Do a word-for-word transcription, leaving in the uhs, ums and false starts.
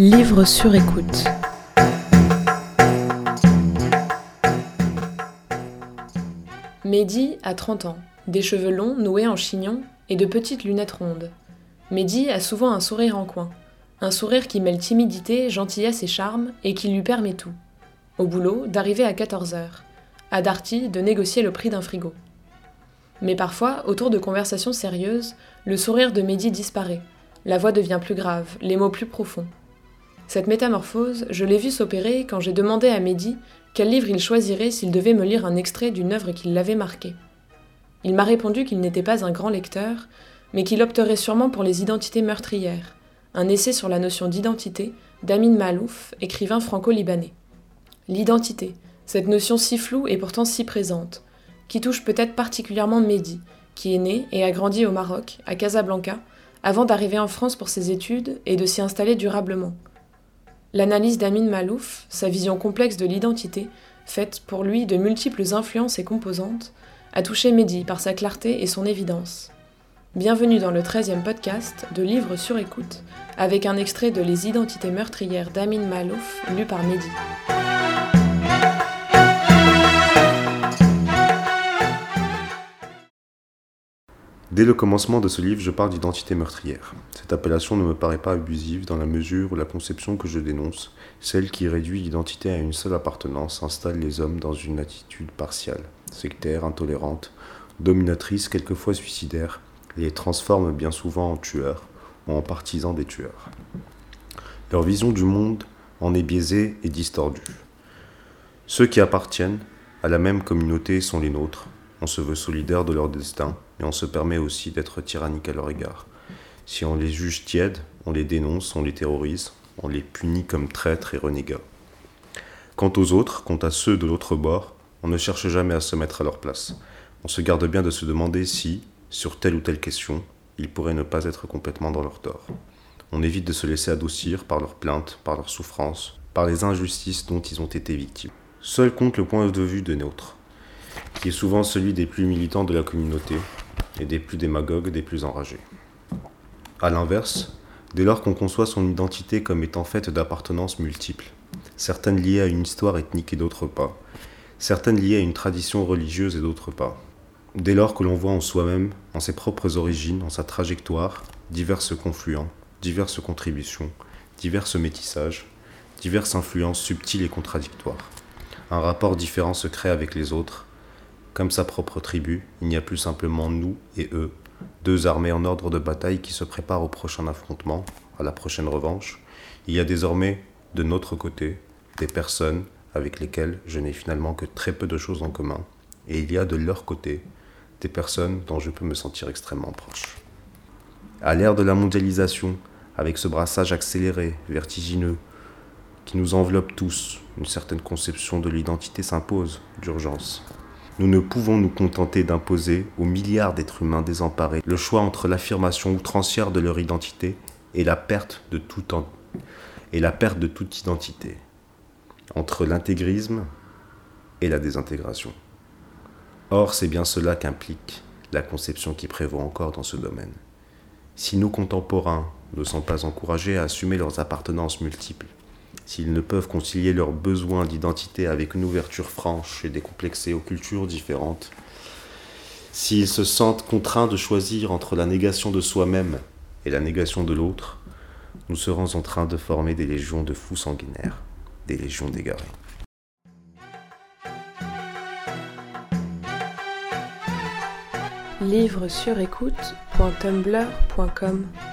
Livre sur écoute. Mehdi a trente ans, des cheveux longs noués en chignon et de petites lunettes rondes. Mehdi a souvent un sourire en coin, un sourire qui mêle timidité, gentillesse et charme et qui lui permet tout. Au boulot, d'arriver à quatorze heures. À Darty, de négocier le prix d'un frigo. Mais parfois, autour de conversations sérieuses, le sourire de Mehdi disparaît. La voix devient plus grave, les mots plus profonds. Cette métamorphose, je l'ai vue s'opérer quand j'ai demandé à Mehdi quel livre il choisirait s'il devait me lire un extrait d'une œuvre qui l'avait marqué. Il m'a répondu qu'il n'était pas un grand lecteur, mais qu'il opterait sûrement pour Les Identités meurtrières, un essai sur la notion d'identité d'Amin Maalouf, écrivain franco-libanais. L'identité, cette notion si floue et pourtant si présente, qui touche peut-être particulièrement Mehdi, qui est né et a grandi au Maroc, à Casablanca, avant d'arriver en France pour ses études et de s'y installer durablement. L'analyse d'Amin Maalouf, sa vision complexe de l'identité, faite pour lui de multiples influences et composantes, a touché Mehdi par sa clarté et son évidence. Bienvenue dans le treizième podcast de Livre sur écoute, avec un extrait de Les Identités meurtrières d'Amin Maalouf, lu par Mehdi. Dès le commencement de ce livre, je parle d'identité meurtrière. Cette appellation ne me paraît pas abusive dans la mesure où la conception que je dénonce, celle qui réduit l'identité à une seule appartenance, installe les hommes dans une attitude partiale, sectaire, intolérante, dominatrice, quelquefois suicidaire, et les transforme bien souvent en tueurs ou en partisans des tueurs. Leur vision du monde en est biaisée et distordue. Ceux qui appartiennent à la même communauté sont les nôtres. On se veut solidaire de leur destin, et on se permet aussi d'être tyrannique à leur égard. Si on les juge tièdes, on les dénonce, on les terrorise, on les punit comme traîtres et renégats. Quant aux autres, quant à ceux de l'autre bord, on ne cherche jamais à se mettre à leur place. On se garde bien de se demander si, sur telle ou telle question, ils pourraient ne pas être complètement dans leur tort. On évite de se laisser adoucir par leurs plaintes, par leurs souffrances, par les injustices dont ils ont été victimes. Seul compte le point de vue de nôtre, qui est souvent celui des plus militants de la communauté et des plus démagogues, des plus enragés. A l'inverse, dès lors qu'on conçoit son identité comme étant faite d'appartenances multiples, certaines liées à une histoire ethnique et d'autres pas, certaines liées à une tradition religieuse et d'autres pas, dès lors que l'on voit en soi-même, en ses propres origines, en sa trajectoire, diverses confluents, diverses contributions, diverses métissages, diverses influences subtiles et contradictoires, un rapport différent se crée avec les autres. Comme sa propre tribu, il n'y a plus simplement nous et eux, deux armées en ordre de bataille qui se préparent au prochain affrontement, à la prochaine revanche. Il y a désormais, de notre côté, des personnes avec lesquelles je n'ai finalement que très peu de choses en commun, et il y a de leur côté, des personnes dont je peux me sentir extrêmement proche. À l'ère de la mondialisation, avec ce brassage accéléré, vertigineux, qui nous enveloppe tous, une certaine conception de l'identité s'impose, d'urgence. Nous ne pouvons nous contenter d'imposer aux milliards d'êtres humains désemparés le choix entre l'affirmation outrancière de leur identité et la perte de tout en... et la perte de toute identité, entre l'intégrisme et la désintégration. Or, c'est bien cela qu'implique la conception qui prévaut encore dans ce domaine. Si nos contemporains ne sont pas encouragés à assumer leurs appartenances multiples, s'ils ne peuvent concilier leurs besoins d'identité avec une ouverture franche et décomplexée aux cultures différentes, s'ils se sentent contraints de choisir entre la négation de soi-même et la négation de l'autre, nous serons en train de former des légions de fous sanguinaires, des légions d'égarés. livre sur écoute point tumblr point com